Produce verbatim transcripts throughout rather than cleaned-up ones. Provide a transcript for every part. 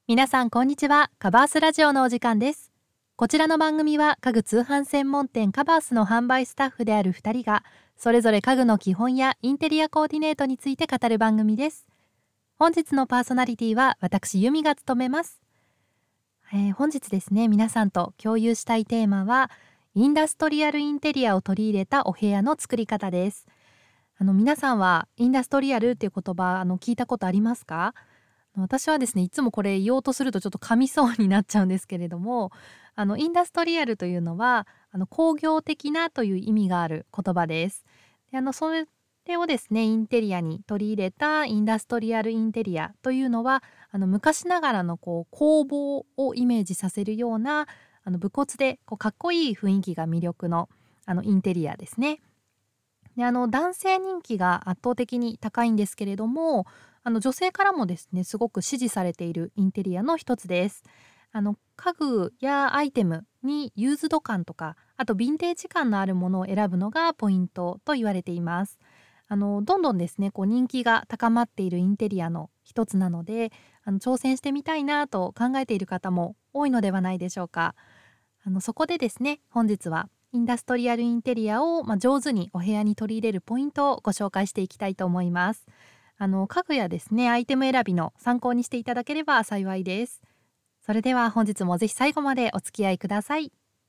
皆さんこんにちは。カバースラジオのお時間です。こちらの番組は家具通販専門店カバースの販売スタッフであるふたりがそれぞれ家具の基本やインテリアコーディネートについて語る番組です。本日のパーソナリティは私由美が務めます。えー、本日ですね、皆さんと共有したいテーマはインダストリアルインテリアを取り入れたお部屋の作り方です。あの皆さんはインダストリアルっていう言葉あの聞いたことありますか？私はですね、いつもこれ言おうとするとちょっと噛みそうになっちゃうんですけれども、あのインダストリアルというのはあの工業的なという意味がある言葉です。であのそれをですね、インテリアに取り入れたインダストリアルインテリアというのはあの昔ながらのこう工房をイメージさせるようなあの武骨でこうかっこいい雰囲気が魅力のあのインテリアですね。であの男性人気が圧倒的に高いんですけれども、あの女性からもですねすごく支持されているインテリアの一つです。あの家具やアイテムにユーズド感とか、あとヴィンテージ感のあるものを選ぶのがポイントと言われています。あのどんどんですねこう人気が高まっているインテリアの一つなので、あの挑戦してみたいなと考えている方も多いのではないでしょうか。あのそこでですね、本日はインダストリアルインテリアを、まあ、上手にお部屋に取り入れるポイントをご紹介していきたいと思います。あの家具やですねアイテム選びの参考にしていただければ幸いです。それでは本日もぜひ最後までお付き合いください。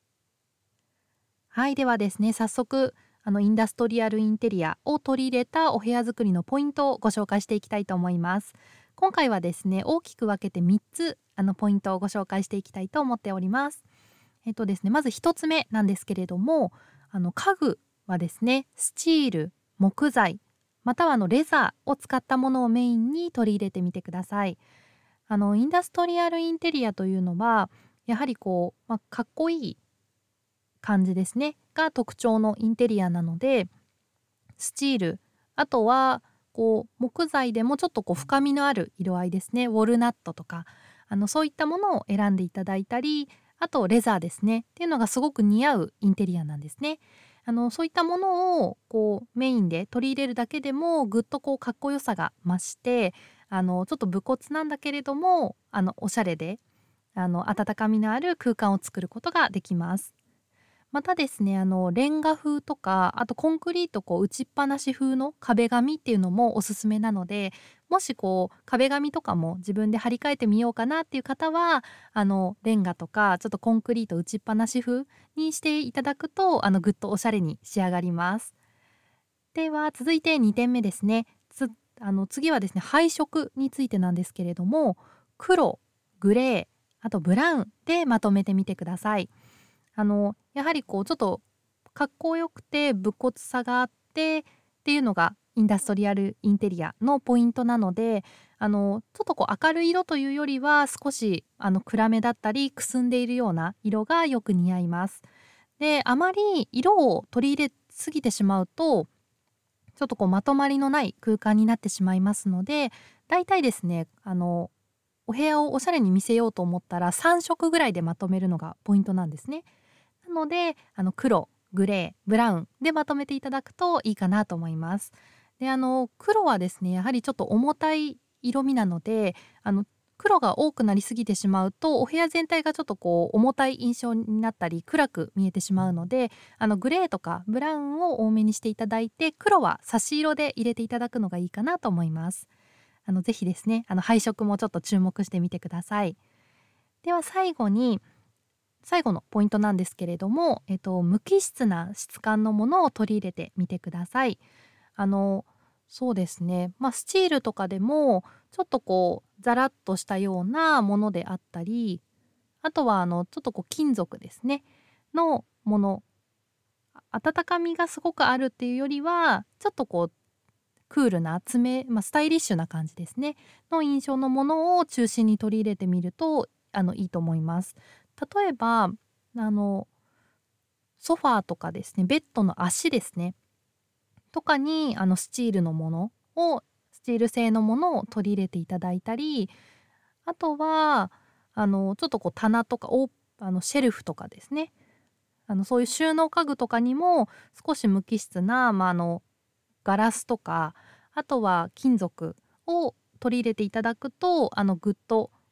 はい、ではですね、早速あのインダストリアルインテリアを取り入れたお部屋作りのポイントをご紹介していきたいと思います。今回はですね大きく分けてみっつあのポイントをご紹介していきたいと思っております。えっとですね、まずひとつめなんですけれども、あの家具はですねスチール、木材またはあのレザーを使ったものをメインに取り入れてみてください。あのインダストリアルインテリアというのはやはりこう、まあ、かっこいい感じですねが特徴のインテリアなので、スチール、あとはこう木材でもちょっとこう深みのある色合いですね、ウォルナットとかあのそういったものを選んでいただいたり、あとレザーですねっていうのがすごく似合うインテリアなんですね。あのそういったものをこうメインで取り入れるだけでもぐっとこうかっこよさが増して、あのちょっと武骨なんだけれどもあのおしゃれであの温かみのある空間を作ることができます。またですね、あのレンガ風とか、あとコンクリートこう打ちっぱなし風の壁紙っていうのもおすすめなので、もしこう壁紙とかも自分で張り替えてみようかなっていう方は、あのレンガとかちょっとコンクリート打ちっぱなし風にしていただくと、あのぐっとおしゃれに仕上がります。では続いてにてんめですね。つあの次はですね、配色についてなんですけれども、黒、グレー、あとブラウンでまとめてみてください。あのやはりこうちょっとかっこよくて武骨さがあってっていうのがインダストリアルインテリアのポイントなので、あのちょっとこう明るい色というよりは少しあの暗めだったりくすんでいるような色がよく似合います。であまり色を取り入れすぎてしまうとちょっとこうまとまりのない空間になってしまいますので、だいたいですねあのお部屋をおしゃれに見せようと思ったらさん色ぐらいでまとめるのがポイントなんですね。なのであの黒、グレー、ブラウンでまとめていただくといいかなと思います。であの黒はですねやはりちょっと重たい色味なので、あの黒が多くなりすぎてしまうとお部屋全体がちょっとこう重たい印象になったり暗く見えてしまうので、あのグレーとかブラウンを多めにしていただいて、黒は差し色で入れていただくのがいいかなと思います。あのぜひですねあの配色もちょっと注目してみてください。では最後に最後のポイントなんですけれども、えっと、無機質な質感のものを取り入れてみてください。あのそうですね、まあ、スチールとかでもちょっとこうザラッとしたようなものであったり、あとはあのちょっとこう金属ですねのもの、温かみがすごくあるっていうよりはちょっとこうクールな厚め、まあ、スタイリッシュな感じですねの印象のものを中心に取り入れてみるとあのいいと思います。例えばあのソファーとかですね、ベッドの足ですねとかにあのスチールのものをスチール製のものを取り入れていただいたり、あとはあのちょっとこう棚とかオーあのシェルフとかですね、あのそういう収納家具とかにも少し無機質な、まあ、あのガラスとかあとは金属を取り入れていただくとあのぐっと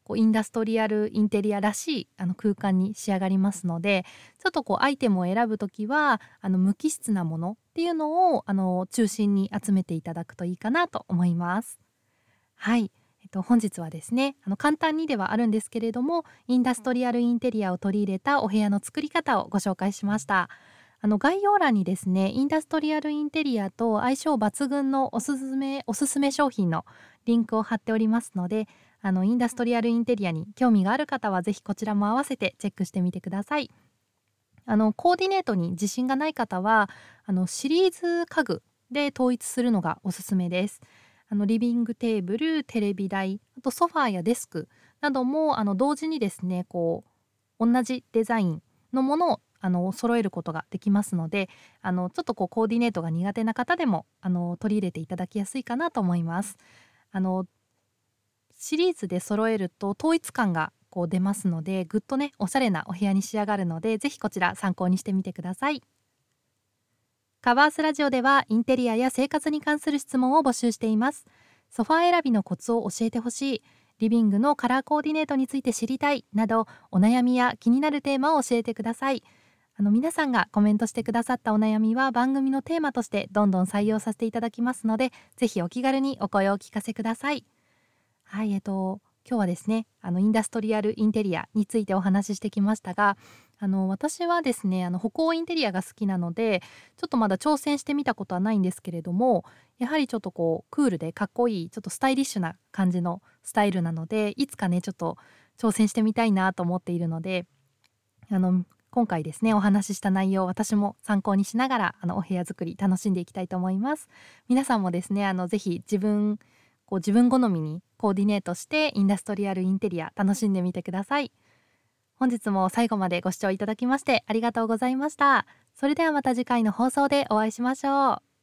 こうインダストリアルインテリアらしいあの空間に仕上がりますので、ちょっとこうアイテムを選ぶときはあの無機質なものっていうのをあの中心に集めていただくといいかなと思います。はい、えっと、本日はですねあの簡単にではあるんですけれどもインダストリアルインテリアを取り入れたお部屋の作り方をご紹介しました。あの概要欄にですねインダストリアルインテリアと相性抜群のおすすめおすすめ商品のリンクを貼っておりますので、あのインダストリアルインテリアに興味がある方はぜひこちらも合わせてチェックしてみてください。あのコーディネートに自信がない方はあのシリーズ家具で統一するのがおすすめです。あのリビングテーブル、テレビ台、あとソファーやデスクなどもあの同時にですねこう同じデザインのものをあの揃えることができますので、あのちょっとこうコーディネートが苦手な方でもあの取り入れていただきやすいかなと思います。あのシリーズで揃えると統一感がこう出ますので、ぐっとねおしゃれなお部屋に仕上がるので、ぜひこちら参考にしてみてください。カバースラジオではインテリアや生活に関する質問を募集しています。ソファー選びのコツを教えてほしい、リビングのカラーコーディネートについて知りたいなど、お悩みや気になるテーマを教えてください。あの皆さんがコメントしてくださったお悩みは番組のテーマとしてどんどん採用させていただきますので、ぜひお気軽にお声をお聞かせください。はい、えっと今日はですねあのインダストリアルインテリアについてお話ししてきましたが、あの私はですねあの北欧インテリアが好きなので、ちょっとまだ挑戦してみたことはないんですけれども、やはりちょっとこうクールでかっこいいちょっとスタイリッシュな感じのスタイルなので、いつかねちょっと挑戦してみたいなと思っているので、あの今回ですねお話しした内容を私も参考にしながらあのお部屋作り楽しんでいきたいと思います。皆さんもですねあのぜひ自分こう自分好みにコーディネートしてインダストリアルインテリア楽しんでみてください。本日も最後までご視聴いただきましてありがとうございました。それではまた次回の放送でお会いしましょう。